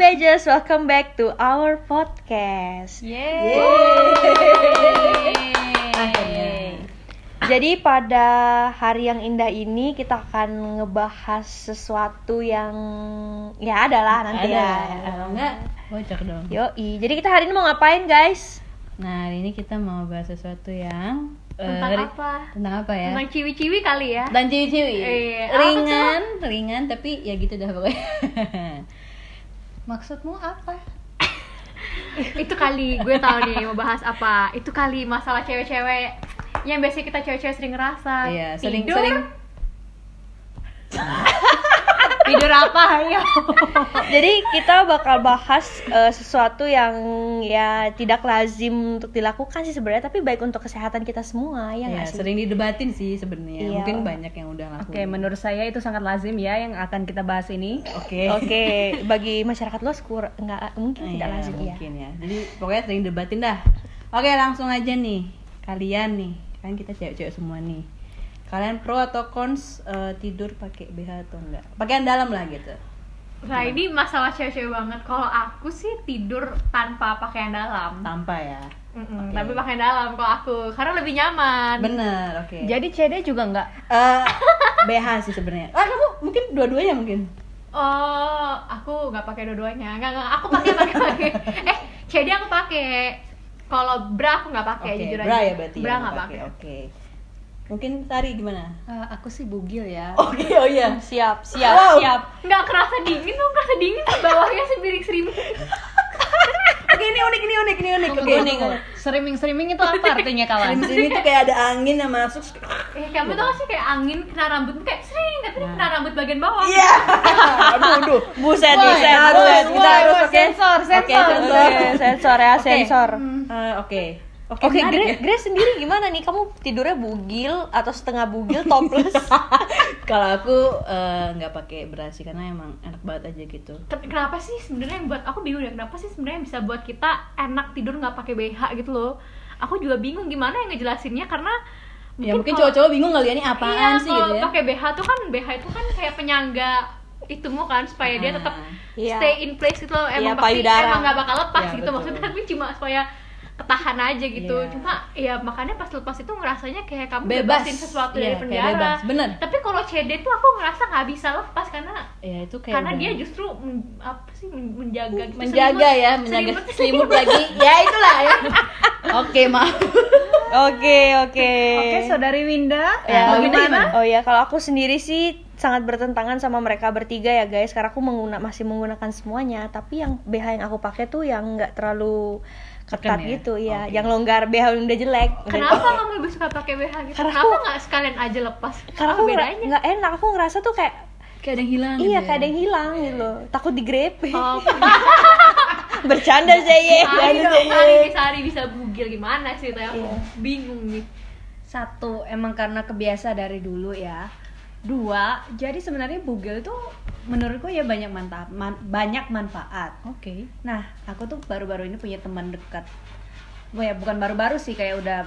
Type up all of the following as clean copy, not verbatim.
Bejers, welcome back to our podcast. Yeay. Jadi pada hari yang indah ini kita akan ngebahas sesuatu yang ya adalah nanti ya. Kalau enggak, bocor dong. Yoi, jadi kita hari ini mau ngapain guys? Nah, hari ini kita mau bahas sesuatu yang Tentang apa? Tentang apa ya? Tentang ciwi-ciwi kali ya. Dan ciwi-ciwi. Ringan tapi ya gitu dah pokoknya. Maksudmu apa? Itu kali gue tahu nih mau bahas apa. Itu kali masalah cewek-cewek yang biasanya kita cewek-cewek sering ngerasa. Iya, sering tidur apa ya? Jadi kita bakal bahas sesuatu yang ya tidak lazim untuk dilakukan sih sebenarnya, tapi baik untuk kesehatan kita semua ya nggak sih? Sering didebatin sih sebenarnya. Iya. Mungkin banyak yang udah lakuin. Oke, menurut saya itu sangat lazim ya yang akan kita bahas ini. Oke. Bagi masyarakat luas nggak mungkin tidak lazim ya. Mungkin ya. Jadi pokoknya sering debatin dah. Oke, langsung aja nih. Kalian nih, kan kita cewek-cewek semua nih. Kalian pro atau cons tidur pakai BH atau enggak? Pakaian dalam lah gitu. Nah, ini masalah cewek-cewek banget. Kalau aku sih tidur tanpa pakaian dalam. Tanpa ya. Okay. Tapi pakaian dalam kalau aku karena lebih nyaman. Bener, oke. Jadi CD juga enggak? BH sih sebenarnya. Kamu mungkin dua-duanya mungkin. Oh, aku nggak pakai dua-duanya. Nggak. Aku pakai. CD aku pakai. Kalau bra aku nggak pakai, jujur aja. Bra ya berarti. Bra ya, nggak pakai. Oke. Mungkin Tari gimana? Aku sih bugil ya. Oke, oh iya. Siap. Wow. Nggak kerasa dingin tuh, bawahnya sebiring-seriming. Oke, ini unik. Oke, Unik. Streaming itu apa artinya kawan? Di sini tuh kayak ada angin yang masuk. Kamu tau gak sih kayak angin kena rambut kayak sering, tapi kena rambut bagian bawah. Iya. Aduh. Buset. Kita harus sensor. Sensor. Oke, Grace sendiri gimana nih? Kamu tidurnya bugil atau setengah bugil topless? Kalau aku nggak pakai bra sih karena emang enak banget aja gitu. Kenapa sih sebenarnya yang buat aku bingung ya, kenapa sih sebenarnya bisa buat kita enak tidur nggak pakai BH gitu loh? Aku juga bingung gimana yang ngejelasinnya karena mungkin cowok-cowok bingung kali ya ini apaan sih gitu ya. Pakai BH itu kan kayak penyangga itumu kan supaya dia tetap stay in place gitu loh. Emang pasti emang nggak bakal lepas gitu betul. maksudnya, tapi cuma supaya ketahan aja gitu. Cuma ya makanya pas lepas itu ngerasanya kayak kamu bebasin sesuatu dari penjara. Bebas. Bener. Tapi kalau CD tuh aku ngerasa nggak bisa lepas karena itu kayak dia justru menjaga gitu. menjaga selimut lagi. Ya itulah ya. Oke, maaf. Oke, Saudari Winda, ya, bagaimana? Oh ya, kalau aku sendiri sih sangat bertentangan sama mereka bertiga ya guys, karena aku masih menggunakan semuanya, tapi yang BH yang aku pakai tuh yang nggak terlalu ketat ya? gitu ya, yang longgar BH yang udah jelek. Kenapa kamu lebih suka pakai BH gitu? Kenapa nggak sekalian aja lepas? Karena aku nggak enak, aku ngerasa tuh kayak ada yang hilang. Iya, gitu kayak ada yang hilang gitu loh. Takut digrepe. Oh. Bercanda sih ya. Sehari bisa bugil gimana sih? Aku bingung nih. Satu, emang karena kebiasa dari dulu ya. Dua, jadi sebenarnya bugil tuh menurutku ya banyak manfaat. Oke. Nah, aku tuh baru-baru ini punya teman dekat. Bukan baru-baru sih, kayak udah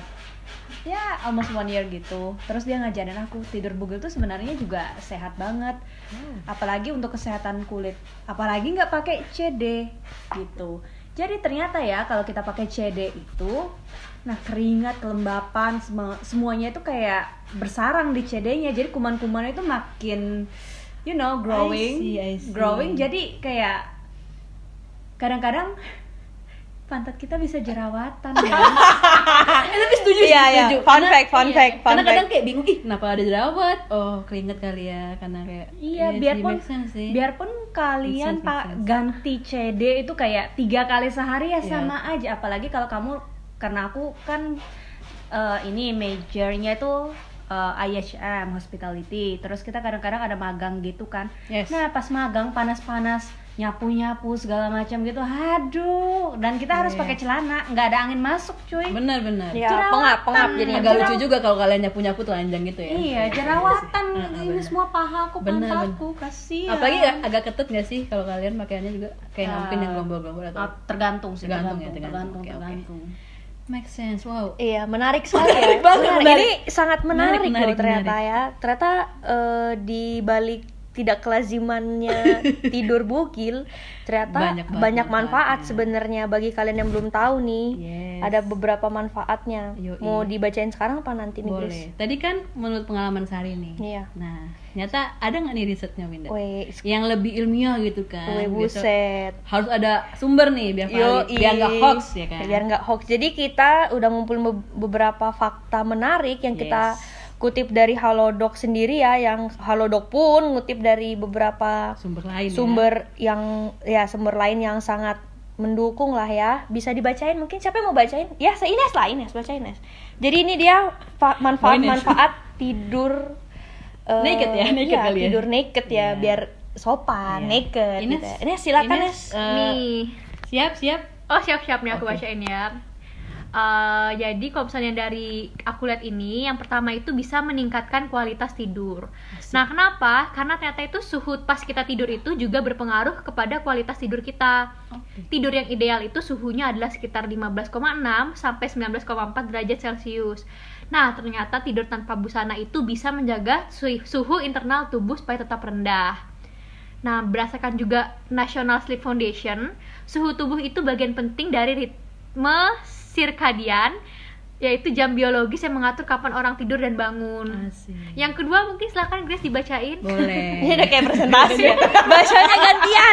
ya almost 1 year gitu. Terus dia ngajarin aku tidur bugil tuh sebenarnya juga sehat banget. Apalagi untuk kesehatan kulit. Apalagi nggak pakai CD gitu. Jadi ternyata ya kalau kita pakai CD itu, nah keringat, kelembapan, semuanya itu kayak bersarang di CD-nya. Jadi kuman-kuman itu makin growing. I see. Growing, jadi kayak kadang-kadang pantat kita bisa jerawatan ya. Tapi setuju. Fun fact. Karena kadang kayak bingung, kenapa ada jerawat? Oh, keringet kali ya, karena kayak biarpun kalian ganti CD itu kayak 3 kali sehari ya sama aja. Apalagi kalau kamu, karena aku kan ini majornya itu IHM hospitality. Terus kita kadang-kadang ada magang gitu kan. Nah, pas magang panas-panas, nyapu-nyapu segala macam gitu. Aduh, dan kita harus pakai celana, nggak ada angin masuk, cuy. Benar. Ya, pengap jadi agak lucu juga kalau kalian nyapu-nyapu telanjang gitu ya. Iya, jerawatan ini semua pahaku, pantatku, kasihan. Apalagi agak ketat nggak sih kalau kalian pakaiannya juga kayak mungkin yang gelombol-gelombol atau tergantung. Tergantung. Make sense, wow. Iya, menarik sekali ya. Menarik. Ini sangat menarik loh ternyata ya. Ternyata di balik tidak kelazimannya tidur bugil, ternyata Banyak banget banyak manfaat manfaatnya. sebenarnya bagi kalian yang belum tahu nih. Yes. Ada beberapa manfaatnya. Yoi. Mau dibacain sekarang apa nanti nih, guys? Boleh. Tadi kan menurut pengalaman Sari nih. Iya. Nah, ternyata ada nggak nih risetnya, Winda? Weh, Yang lebih ilmiah gitu kan. weh, Biasa buset. harus ada sumber nih biar valid, Yoi. biar nggak hoax ya kan. Biar nggak hoax. Jadi kita udah ngumpulin beberapa fakta menarik yang kita kutip dari Halodoc sendiri ya, yang Halodoc pun ngutip dari beberapa Sumber lain sumber yang ya sumber lain yang sangat mendukung lah ya. Bisa dibacain, mungkin siapa yang mau bacain? Ya, Ines lah, Ines bacain, Ines. Jadi ini dia manfaat-manfaat tidur Naked ya, naked iya, kali ya. tidur naked ya, Iya. biar sopan, Iya. naked Ines, gitu. Ines silakan, Ines, Ines. Nih. Siap. Oh, siap-siap nih aku Oke. bacain ya. Jadi kalau misalnya dari aku lihat ini, yang pertama itu bisa meningkatkan kualitas tidur. Nah, kenapa? Karena ternyata itu suhu pas kita tidur itu juga berpengaruh kepada kualitas tidur kita. Tidur yang ideal itu suhunya adalah sekitar 15,6 sampai 19,4 derajat Celcius. Nah, ternyata tidur tanpa busana itu bisa menjaga suhu internal tubuh supaya tetap rendah. Nah, berdasarkan juga National Sleep Foundation, suhu tubuh itu bagian penting dari ritme sirkadian, yaitu jam biologis yang mengatur kapan orang tidur dan bangun. Asik. Yang kedua mungkin silakan Grace dibacain. Boleh. Ini udah kayak presentasi ya. Bacanya gantian.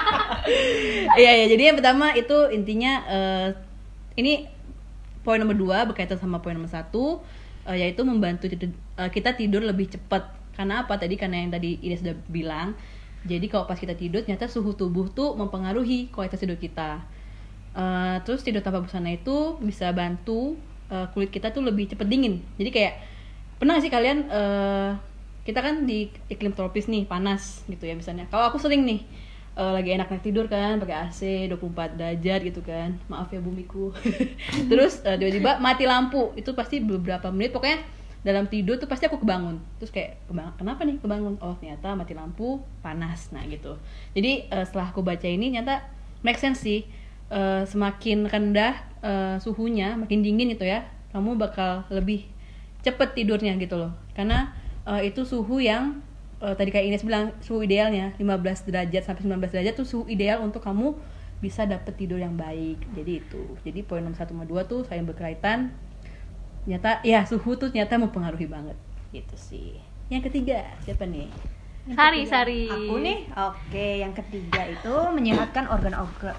Iya, jadi yang pertama itu intinya ini poin nomor 2 berkaitan sama poin nomor 1, yaitu membantu kita tidur lebih cepat. Karena apa? Karena yang tadi Ines sudah bilang, jadi kalau pas kita tidur ternyata suhu tubuh tuh mempengaruhi kualitas tidur kita. Terus tidur tanpa busana itu bisa bantu kulit kita tuh lebih cepet dingin. Jadi kayak pernah gak sih kalian kita kan di iklim tropis nih, panas gitu ya misalnya. Kalau aku sering nih lagi enak-enak tidur kan pakai AC 24 derajat gitu kan. Maaf ya bumiku. Terus tiba-tiba mati lampu. Itu pasti beberapa menit, pokoknya dalam tidur tuh pasti aku kebangun. Terus kayak kenapa nih kebangun? Oh, ternyata mati lampu, panas. Nah, gitu. Jadi setelah aku baca ini ternyata make sense sih. Semakin rendah suhunya, makin dingin gitu ya, kamu bakal lebih cepet tidurnya gitu loh. Karena itu suhu yang tadi kayak Ines bilang, suhu idealnya 15 derajat sampai 19 derajat tuh suhu ideal untuk kamu bisa dapet tidur yang baik. Jadi itu. Jadi poin nomor 1 sama 2 tuh saling berkaitan. Ternyata ya suhu tuh ternyata mempengaruhi banget. Gitu sih. Yang ketiga, siapa nih? Sari. Aku nih, oke, yang ketiga itu menyehatkan organ-organ.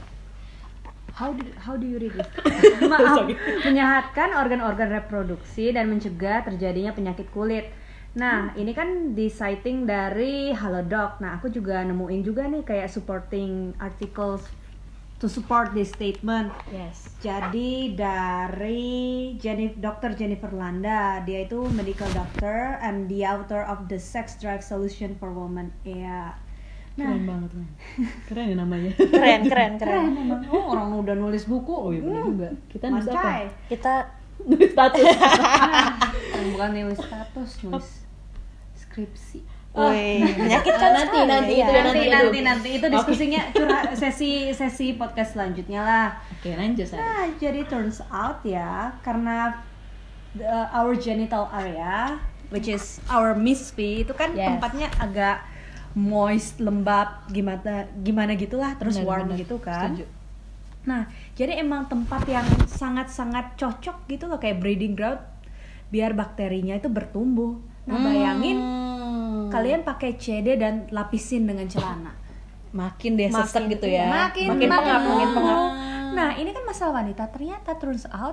How do you read this? Maaf, menyehatkan organ-organ reproduksi dan mencegah terjadinya penyakit kulit. Nah, ini kan di citing dari Halodoc. Nah, aku juga nemuin juga nih kayak supporting articles to support this statement. Yes. Jadi dari Dr. Jennifer Landa, dia itu medical doctor and the author of the Sex Drive Solution for Women. Ya. Keren banget kan. Keren ya namanya. Keren. Emang orang udah nulis buku. Oh iya benar juga. Kita Mas nulis apa? Cai. Kita Nulis status. Bukan nulis status, nulis skripsi. woi, menyakitkan Nanti, sekali. nanti, ya. itu Nanti itu diskusinya sesi podcast selanjutnya lah. Oke, lanjut Sari. Nah, jadi turns out ya, karena our genital area, which is our misfi, itu kan Yes. tempatnya agak moist, lembab, gimana gitulah, terus warm Benar, gitu kan. setuju. Nah, jadi emang tempat yang sangat-sangat cocok gitu loh, kayak breeding ground biar bakterinya itu bertumbuh. Nah, bayangin kalian pakai CD dan lapisin dengan celana. Makin deh sesek Makin, gitu ya. Makin pengap. Nah, ini kan masalah wanita. Ternyata turns out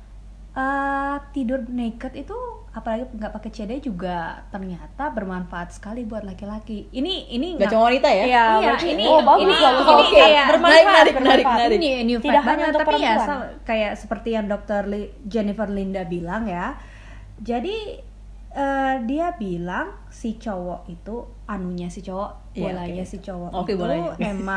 tidur naked itu, apalagi nggak pakai CD juga ternyata bermanfaat sekali buat laki-laki. Ini Gak cuma wanita ya? Iya, Iya, berarti- ini oh, bagus, ini bagus. ini Oke, kayak menarik. Ini new Tidak fact hanya banget, untuk tapi ya perempuan. kayak seperti yang Dr. Jennifer Linda bilang ya. Jadi dia bilang si cowok itu anunya si cowok, Iya, bolanya oke. si cowok Oke, itu bolanya.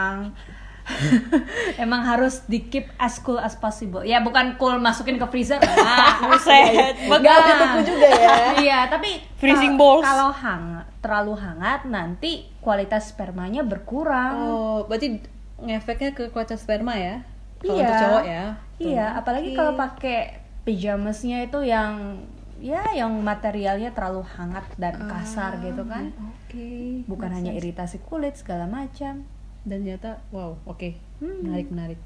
emang harus di keep as cool as possible. Ya bukan cool masukin ke freezer. Nah, Buset. Gak begitu juga ya. iya, tapi Freezing balls. kalau terlalu hangat nanti kualitas spermanya berkurang. Oh, berarti ngefeknya ke kualitas sperma ya? Kalau Iya. untuk cowok ya? Iya, Tuh. apalagi Oke. kalau pakai pajamasnya itu yang ya yang materialnya terlalu hangat dan kasar gitu kan. Oke. Bukan hanya iritasi kulit segala macam. Dan ternyata wow, oke. Menarik.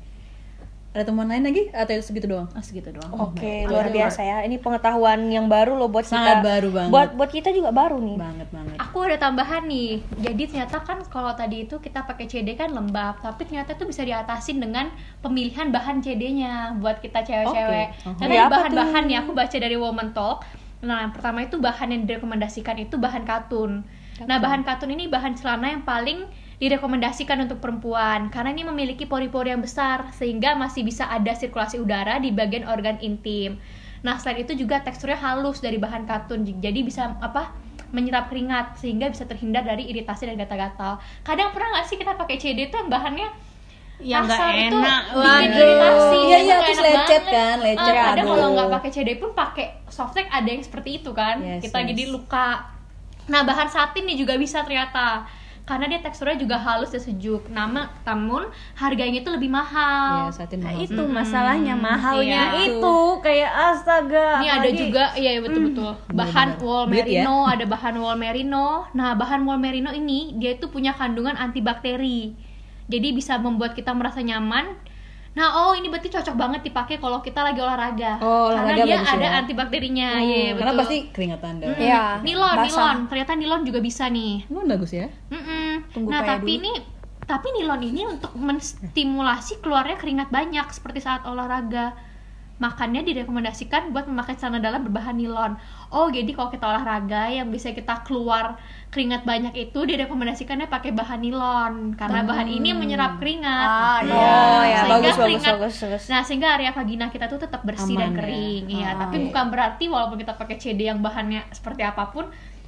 Ada temuan lain lagi atau segitu doang? Segitu doang. Oke, luar biasa ya. Ini pengetahuan yang baru loh buat Sangat kita. baru banget. Buat kita juga baru nih. Banget. Aku ada tambahan nih. Jadi ternyata kan kalau tadi itu kita pakai CD kan lembab, tapi ternyata itu bisa diatasin dengan pemilihan bahan CD-nya buat kita cewek-cewek. Oke. Karena Ya, di apa bahan-bahan tuh? nih aku baca dari Woman Talk. Nah, yang pertama itu bahan yang direkomendasikan itu bahan katun. Nah, bahan katun ini bahan celana yang paling direkomendasikan untuk perempuan karena ini memiliki pori-pori yang besar sehingga masih bisa ada sirkulasi udara di bagian organ intim. Nah, selain itu juga teksturnya halus dari bahan katun, jadi bisa menyerap keringat sehingga bisa terhindar dari iritasi dan gatal-gatal. Kadang pernah nggak sih kita pakai CD tuh yang bahannya yang nggak kasar itu enak, bikin waduh. iritasi, Iya, itu terus nggak enak lecet banget. kan, lecet, Ada aduh. kalau nggak pakai CD pun pakai softtek ada yang seperti itu kan, Yes, kita yes. jadi luka. Nah, bahan satin nih juga bisa ternyata karena dia teksturnya juga halus dan sejuk. Namun harganya itu lebih mahal. Iya, satin Nah, mahal. itu masalahnya, mahalnya Iya. itu kayak astaga. Ini ada apalagi- juga, iya betul-betul. Bahan bener-bener. wool Duit ya. merino, ada bahan wool merino. Nah, bahan wool merino ini dia itu punya kandungan antibakteri. Jadi bisa membuat kita merasa nyaman. Nah, ini berarti cocok banget dipakai kalau kita lagi olahraga. Oh, karena olahraga dia bagus ada ya. antibakterinya. Iya, betul. Karena pasti keringetan dah. Iya, Nilon, basah. ternyata nilon juga bisa nih. Lu bagus ya? Tunggu Nah, kayak tapi nilon ini untuk menstimulasi keluarnya keringat banyak seperti saat olahraga. Makanya direkomendasikan buat memakai celana dalam berbahan nilon. Jadi kalau kita olahraga yang bisa kita keluar keringat banyak itu direkomendasikannya pakai bahan nilon karena bahan ini menyerap keringat. Iya. Oh ya, Sehingga bagus. keringat- Nah, sehingga area vagina kita tuh tetap bersih Aman dan ya. kering. Iya, tapi bukan berarti walaupun kita pakai CD yang bahannya seperti apapun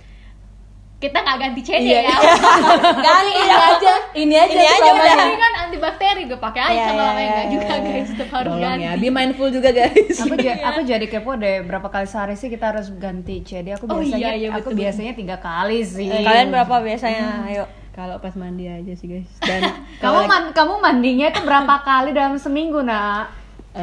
kita nggak ganti CD Iya. ya. Ganti Ini aja Ini aja selama udah. ini. Ini kan antibakteri, gue pakai aja Iya, sama lama iya, enggak iya, juga iya. guys, tetap harus Tolong ganti. ya, be mindful juga guys. Aku jadi kepo deh berapa kali sehari sih kita harus ganti CD. Aku Oh, biasanya iya, aku betul. biasanya 3 kali sih. Kalian berapa biasanya? Ayo. Kalau pas mandi aja sih guys. Dan Kamu mandinya itu berapa kali dalam seminggu, Nak?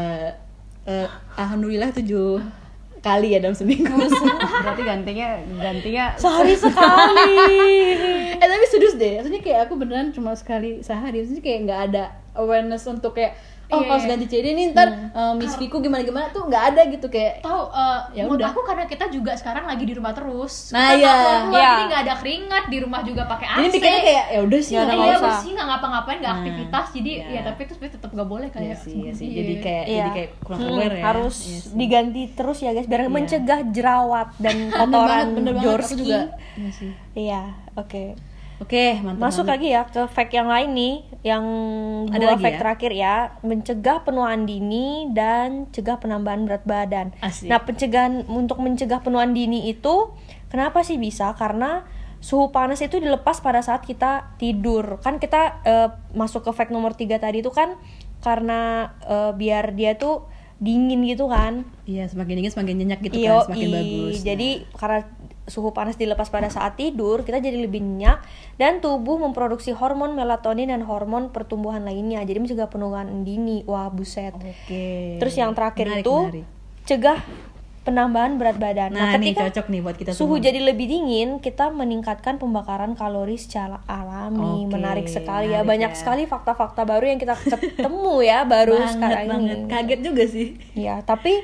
alhamdulillah 7 kali ya dalam seminggu. Berarti gantinya Sehari sekali. Tapi serius deh, maksudnya kayak aku beneran cuma sekali sehari, maksudnya kayak nggak ada awareness untuk kayak Iya, harus ganti CD nih ntar Miss Viku gimana tuh nggak ada gitu kayak. Tahu Ya menurut udah. aku karena kita juga sekarang lagi di rumah terus. Nah, Kita iya. nggak keluar-keluar, Iya. jadi nggak ada keringat, di rumah juga pakai AC. Jadi pikirnya kayak ya udah sih Ya udah, nggak nggak Iya, usah. bersih nggak ngapa-ngapain, nggak Nah, aktivitas. Jadi iya. ya tapi terus tetap nggak boleh Iya kayak. sih, iya sih. Iya. Jadi kayak Iya. kurang aware ya. Harus Iya sih. diganti terus ya guys biar mencegah jerawat dan Bener kotoran banget, aku Jorski. juga. Iya sih. Iya, oke. Oke, mantap. Masuk banget. lagi ya ke fact yang lain nih, yang Ada dua lagi fact ya? terakhir ya, mencegah penuaan dini dan cegah penambahan berat badan. Asik. Nah, untuk mencegah penuaan dini itu kenapa sih bisa? Karena suhu panas itu dilepas pada saat kita tidur. Kan kita masuk ke fact nomor 3 tadi itu kan karena biar dia tuh dingin gitu kan. Iya, semakin dingin semakin nyenyak gitu Yoi. kan, semakin bagus. Jadi karena suhu panas dilepas pada saat tidur, kita jadi lebih nyenyak dan tubuh memproduksi hormon melatonin dan hormon pertumbuhan lainnya. Jadi mencegah penuaan dini. Wah, buset. Oke. Terus yang terakhir Menarik, itu menarik. cegah penambahan berat badan. Nah, nih ketika cocok nih buat kita suhu semua. jadi lebih dingin, kita meningkatkan pembakaran kalori secara alami. Oke, Menarik sekali ya. menarik Banyak ya. sekali fakta-fakta baru yang kita ketemu ya baru sekarang banget. ini. Kaget juga sih. Ya, tapi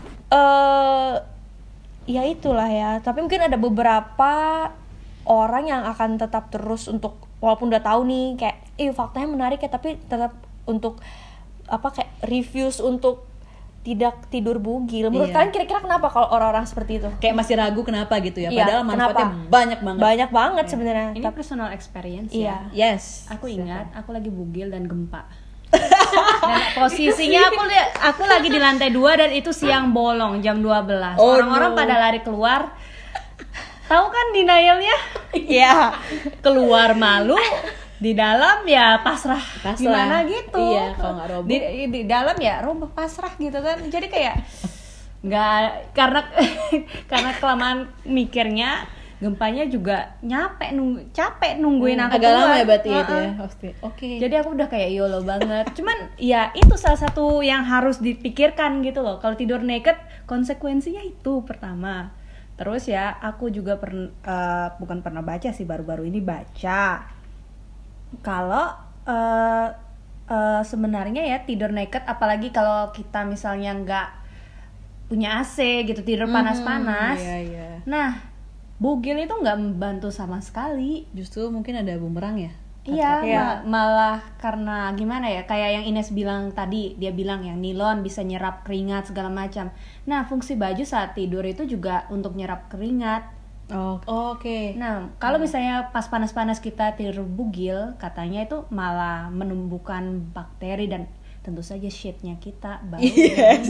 ya itulah ya. Tapi mungkin ada beberapa orang yang akan tetap terus untuk walaupun udah tahu nih kayak faktanya menarik ya, tapi tetap untuk kayak reviews untuk tidak tidur bugil. Menurut Iya. kalian kira-kira kenapa kalau orang-orang seperti itu? Kayak masih ragu kenapa gitu ya. Iya, Padahal manfaatnya kenapa? banyak banget. Banyak banget sebenarnya. ini Tapi personal experience iya. ya. Yes. Aku ingat aku lagi bugil dan gempa. Dan posisinya aku lagi di lantai 2 dan itu siang bolong jam 12. Oh, Orang-orang no. pada lari keluar. Tahu kan denialnya? Iya. Keluar malu, di dalam ya pasrah. Gimana gitu. Iya, kalau nggak roboh. Di dalam ya roboh pasrah gitu kan. Jadi kayak nggak karena kelamaan mikirnya gempanya juga capek nungguin aku agak lama keluar. ya berarti itu Heeh. ya pasti. Oke. Jadi aku udah kayak YOLO banget. Cuman ya itu salah satu yang harus dipikirkan gitu loh. Kalau tidur naked konsekuensinya itu pertama. Terus ya aku juga bukan pernah baca sih, baru-baru ini baca kalau sebenarnya ya tidur naked, apalagi kalau kita misalnya nggak punya AC gitu, tidur panas-panas. Iya. Nah, bugil itu nggak membantu sama sekali. Justru mungkin ada bumerang ya. Iya, Iya. malah karena gimana ya, kayak yang Ines bilang tadi, dia bilang yang nilon bisa nyerap keringat segala macam. Nah, fungsi baju saat tidur itu juga untuk nyerap keringat. Oh, oke. Nah, kalau misalnya pas panas-panas kita tidur bugil, katanya itu malah menumbuhkan bakteri dan tentu saja shitnya kita bau. Yes.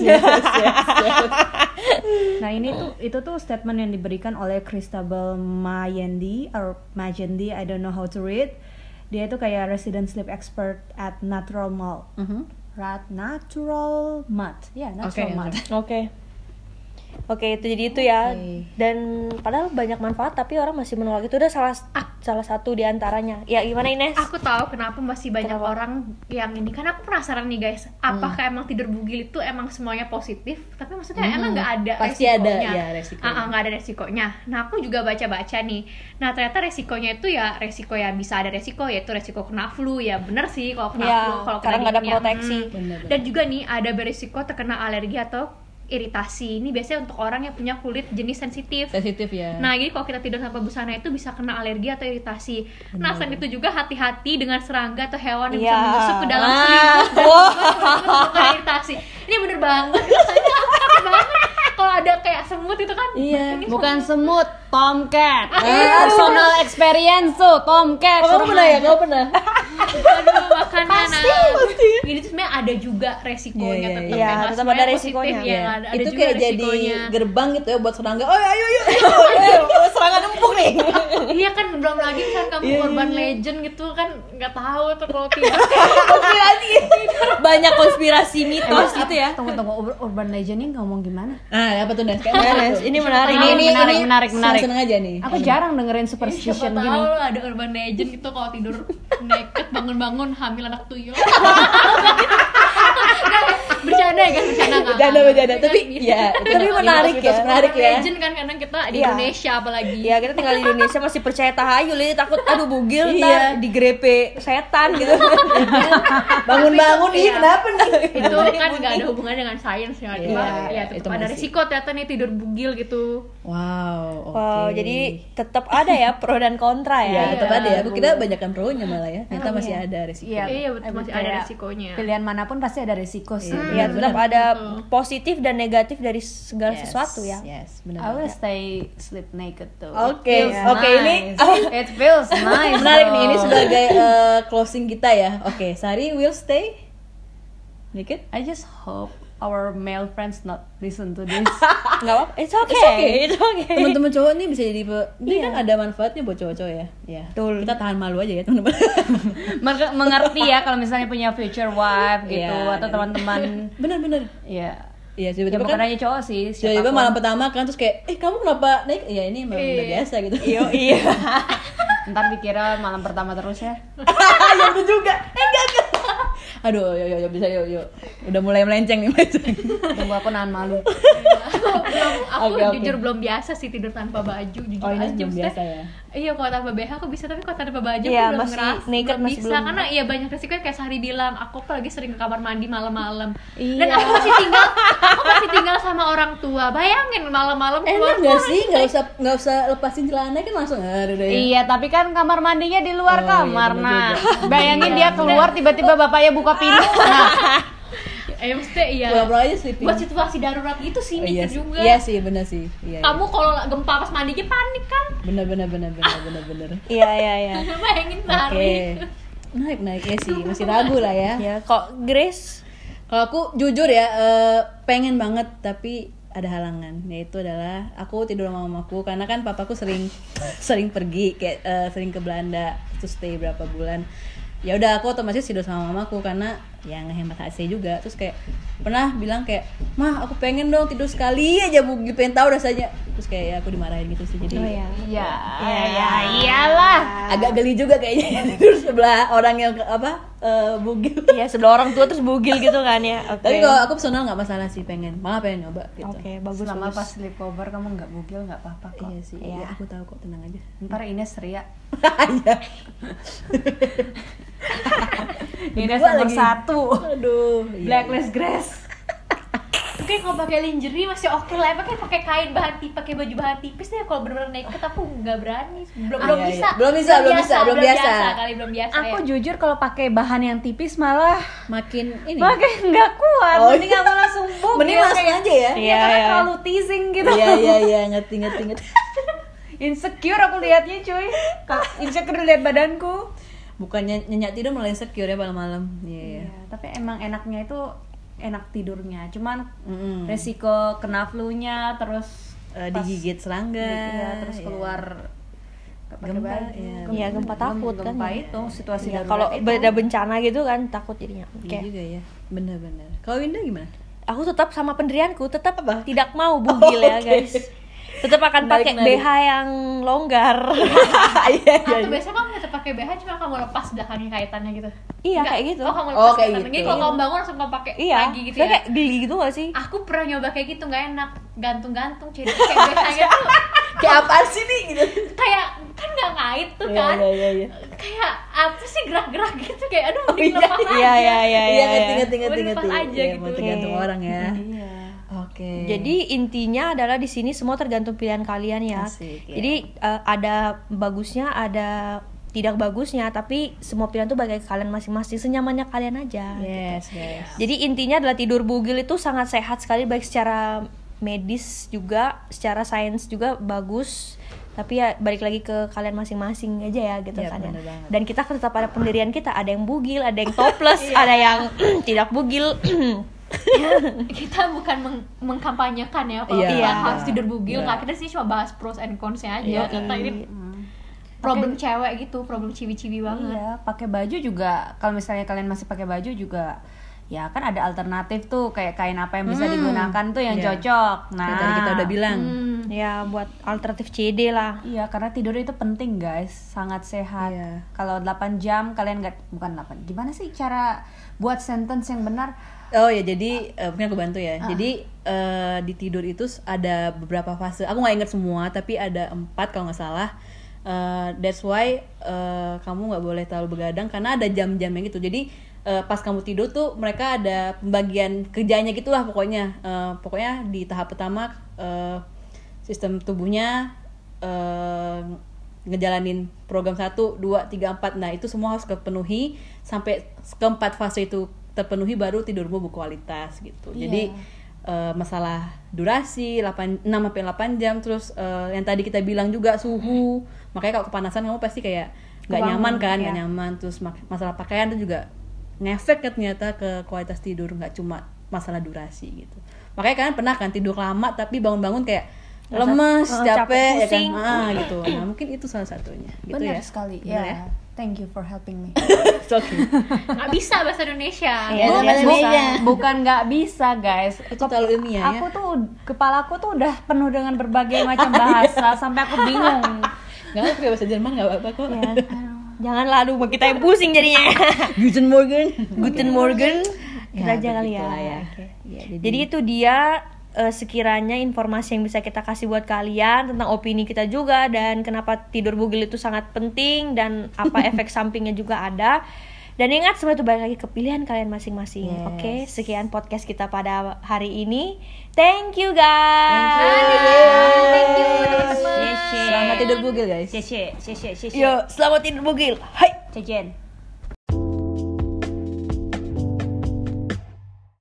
Nah, itu tuh statement yang diberikan oleh Christabel Majendi, I don't know how to read. Dia itu kayak resident sleep expert at Natural Mud. Natural Mud. Ya, Natural Oke, Mud. Oke, itu jadi itu ya. Oke. Dan padahal banyak manfaat tapi orang masih menolak. Itu udah salah satu di antaranya. Ya, gimana Ines? Aku tahu kenapa masih banyak Kenapa? orang yang ini, karena aku penasaran nih guys, apakah emang tidur bugil itu emang semuanya positif? Tapi maksudnya emang nggak ada Pasti resikonya? ada, ya, resikonya. Nggak ada resikonya. Nah, aku juga baca-baca nih. Nah, ternyata resikonya itu ya resiko ya bisa ada resiko, yaitu resiko kena flu. Ya bener sih kalau kena Ya, flu, kalau karena kena nggak ada dingin ya, proteksi. Bener. Dan juga nih ada beresiko terkena alergi atau iritasi. Ini biasanya untuk orang yang punya kulit jenis sensitif. Sensitif ya. Nah, jadi kalau kita tidur tanpa busana itu bisa kena alergi atau iritasi. Nah, selain itu juga hati-hati dengan serangga atau hewan yang bisa Iya. menusuk ke dalam selimut dan menyebabkan iritasi. Ini bener banget. Rasanya takut banget kalau ada kayak semut itu kan. Iya. Ini Bukan semut, tomcat. Personal experience tuh, tomcat. Oh, kamu pernah ya? Kamu pernah? Aduh, makanya ini tuh sebenarnya ada juga resikonya Iya, tetap iya, iya. ya, nggak Tetap semuanya ada positif resikonya. ya, ada Itu juga kayak jadi resikonya. gerbang gitu ya buat serangga. Oh, ayo, serangan empuk nih. Iya kan, belum lagi misalnya kamu Iya, urban iya. legend gitu kan, nggak tahu tuh kalau tidur. Banyak konspirasi mitos gitu ya. Tunggu, urban legend ini ngomong gimana? Ah, apa tuh Nes? Nes, ini menarik. Menarik. Seneng aja nih. Aku jarang dengerin Siapa superstition tahu gini. lo ada urban legend itu kalau tidur naked bangun-bangun hamil anak tuyul. Bercanda ya guys, bercanda. Bercanda. Tapi ya, Tapi menarik ya. Menarik ya. Legend kan kadang kita di Iya. Indonesia apalagi. Ya, kita tinggal di Indonesia masih percaya tahayul ini, takut aduh bugil Iya. ntar digrepe setan gitu. Bangun-bangun ih kenapa nih? Itu kan nggak ada hubungannya dengan sains ya, cuma Iya, ya itu tetap ada masih. risiko ternyata nih tidur bugil gitu. Wow, oke. Wow, jadi tetap ada ya pro dan kontra ya ya. tetap ada ya. Iya. Kita banyakkan pro-nya malah ya. Ternyata masih ada resiko. Iya, betul, masih ada kayak resikonya. Pilihan manapun pasti ada resiko sih. Ya, tetap benar. ada positif dan negatif dari segala sesuatu ya. Yes, I benar. will stay sleep naked tuh. Oke, Feels oke, ini It feels nice. menarik nih. Ini though. sebagai closing kita ya. Oke, Sari will stay naked. I just hope our male friends not listen to this. Nggak apa-apa, it's okay. It's okay. Teman-teman cowok nih bisa jadi ini kan ada manfaatnya buat cowok-cowok ya. Ya. Betul. Kita tahan malu aja ya, teman-teman. Mengerti ya kalau misalnya punya future wife gitu Iya. atau teman-teman. Bener-bener. Ya. Iya, Ya tiba-tiba bukan kan hanya cowok sih. tiba-tiba siapapun. malam pertama kan terus kayak kamu kenapa naik? Ya ini memang udah biasa gitu. Iya. Ntar dikira malam pertama terus ya. Ya itu juga. Enggak. Aduh, yo bisa yo. Udah mulai melenceng nih, melenceng. Tunggu aku nahan malu. Aku Oke. jujur belum biasa sih tidur tanpa baju, jujur Oh, ini aja. belum Maksudnya, biasa ya. Iya, kalau tanpa BH aku bisa, tapi kalau tanpa baju Iya, aku belum masih ngerasa, naked, belum masih bisa belum. karena iya banyak resiko kayak Sari bilang, aku apalagi sering ke kamar mandi malam-malam. Iya. Dan aku masih tinggal sama orang tua. Bayangin malam-malam Enak nggak sih? Nggak usah lepasin celana kan langsung aduh deh. Iya, tapi kan kamar mandinya di luar Oh, kamar. iya, bener Nah, juga. bayangin dia keluar tiba-tiba bapaknya buka pintu. Nah, maksudnya iya. Pura-pura aja sleeping. Buat situasi darurat gitu sih Oh, iya naked sih. juga. Iya sih, benar sih. Iya. Kamu kalau gempa pas mandi aja panik kan? benar. Iya. Bayangin Oke. Sari. Naik ya sih, masih ragu lah ya. Ya, kok Grace Kalau aku jujur ya, pengen banget tapi ada halangan, yaitu adalah aku tidur sama mamaku karena kan papaku sering pergi kayak sering ke Belanda terus stay berapa bulan. ya udah aku otomatis tidur sama mamaku karena ya ngehemat AC juga. Terus kayak pernah bilang kayak, "Mah, aku pengen dong tidur sekali aja bugil, pengen tahu rasanya." Terus kayak ya aku dimarahin gitu sih. Jadi Iya. Iyalah. agak geli juga kayaknya tidur sebelah orang yang bugil. Iya, sebelah orang tua terus bugil gitu kan ya. Oke. Tapi kalau aku personal nggak masalah sih, malah pengen nyoba gitu. Oke, bagus. Selama bagus. pas sleepover kamu nggak bugil nggak apa-apa kok. Iya sih, Iya. iya, aku tahu kok, tenang aja. Ntar Ines ria. Iya. Ines Gua nomor lagi. 1. Aduh. iya. Blacklist Grace. Oke, kalau pakai lingerie masih oke lah. Pakai kain bahan tipis, pakai baju bahan tipis deh. Kalau bener-bener naked aku nggak berani. Belum Iya, bisa. iya. Belum biasa. Kali belum biasa. Aku ya. jujur kalau pakai bahan yang tipis malah Makin ini. nggak kuat. Oh, Mending aku langsung bugil. Mending langsung kayak- aja ya. Iya, karena iya. terlalu teasing gitu. Iya, ngerti. Insecure aku liatnya cuy. Insecure lihat badanku. Bukannya nyenyak tidur malah insecure ya malam-malam. Iya. Iya, tapi emang enaknya itu enak tidurnya. Cuman Mm-mm. resiko kena flu-nya terus pas- Digigit serangga. Iya, terus Iya. keluar nggak pakai Gempa, baju. iya. Iya, gempa takut kan. Gempa itu situasi Iya, darurat kalau itu. beda bencana gitu kan takut jadinya. Iya Oke. juga ya. Bener-bener. Kalau Winda gimana? Aku tetap sama pendirianku, tetap tidak mau bugil ya, guys. Tetap akan pakai Menarik. BH yang longgar. Iya, Atau biasanya kamu tetap pakai BH cuma kamu lepas belakangnya kaitannya gitu. Iya, Enggak. kayak gitu. Oh, kamu Oh, lepas kayak kaitannya. gitu. Jadi kalau kamu bangun langsung kamu pakai Iya, lagi gitu saya ya. kayak geli gitu gak sih? Aku pernah nyoba kayak gitu, nggak enak. Gantung-gantung jadi kayak BH-nya tuh Kayak apaan sih nih gitu? kayak kan nggak ngait tuh Iya, kan. iya. Kayak apa sih gerak-gerak gitu kayak aduh Oh, mending iya. lepas aja. Iya, iya, iya, Iya, iya. ngerti. Udah lepas aja Iya, gitu. mau tergantung Oke. orang ya. Iya. Oke. Jadi intinya adalah di sini semua tergantung pilihan kalian ya. Asik, ya. Jadi ada bagusnya, ada tidak bagusnya, tapi semua pilihan tuh bagi kalian masing-masing, senyamannya kalian aja. yes. Jadi intinya adalah tidur bugil itu sangat sehat sekali, baik secara medis juga, secara sains juga bagus. Tapi ya balik lagi ke kalian masing-masing aja ya gitu Iya, kan ya. bener banget. Dan kita tetap pada pendirian kita, ada yang bugil, ada yang topless, ada yang tidak bugil. Kita bukan mengkampanyekan ya kalau Iya. kita Iya. harus tidur bugil, Iya. nggak, kita sih cuma bahas pros and cons-nya aja. Iya. Ternyata ini problem cewek gitu, problem ciwi-ciwi banget. Iya, pakai baju juga. Kalau misalnya kalian masih pakai baju juga, ya kan ada alternatif tuh kayak kain apa yang bisa digunakan tuh yang Iya. cocok. Nah, tadi kita udah bilang. Ya buat alternatif CD lah. Iya, karena tidur itu penting guys, sangat sehat. Iya. Kalau 8 jam kalian bukan 8. Gimana sih cara buat sentence yang benar? Oh ya, jadi mungkin aku bantu ya. Jadi di tidur itu ada beberapa fase. Aku nggak inget semua, tapi ada 4 kalau nggak salah. That's why kamu nggak boleh terlalu begadang karena ada jam-jamnya gitu. Jadi pas kamu tidur tuh mereka ada pembagian kerjanya gitulah pokoknya. Pokoknya di tahap pertama sistem tubuhnya ngejalanin program 1, 2, 3, 4. Nah, itu semua harus kepenuhi sampai keempat fase itu terpenuhi baru tidurmu berkualitas gitu. Iya. Jadi masalah durasi 6-8 jam, terus yang tadi kita bilang juga suhu. Makanya kalau kepanasan kamu pasti kayak nggak Kebangun, nyaman kan, nggak iya. nyaman. Terus masalah pakaian itu juga ngefek kan ternyata ke kualitas tidur, nggak cuma masalah durasi gitu. Makanya kalian pernah kan tidur lama tapi bangun-bangun kayak lemes, capek, ya kan? pusing. Gitu. Nah, mungkin itu salah satunya. Gitu Benar ya. sekali. Benar Ya. Thank you for helping me. It's okay. Nggak bisa bahasa Indonesia. Iya, Bukan- bahasa Indonesia. bukan nggak bisa guys. Itu terlalu ilmiah ya. Aku tuh kepalaku tuh udah penuh dengan berbagai macam bahasa sampai aku bingung. Nggak apa pakai bahasa Jerman nggak apa-apa kok. Ya. Janganlah, aduh kita yang pusing jadinya. Guten Morgen. Guten Morgen. Kita Ya, aja kali ya. begitulah ya. Oke. Ya, Jadi itu dia sekiranya informasi yang bisa kita kasih buat kalian tentang opini kita juga dan kenapa tidur bugil itu sangat penting dan apa efek sampingnya juga ada. Dan ingat semua itu balik lagi ke pilihan kalian masing-masing. Yes. Oke, sekian podcast kita pada hari ini. Thank you guys. Thank you teman-teman. Selamat tidur bugil guys. Cece. Yo, selamat tidur bugil. Hai. Cejen.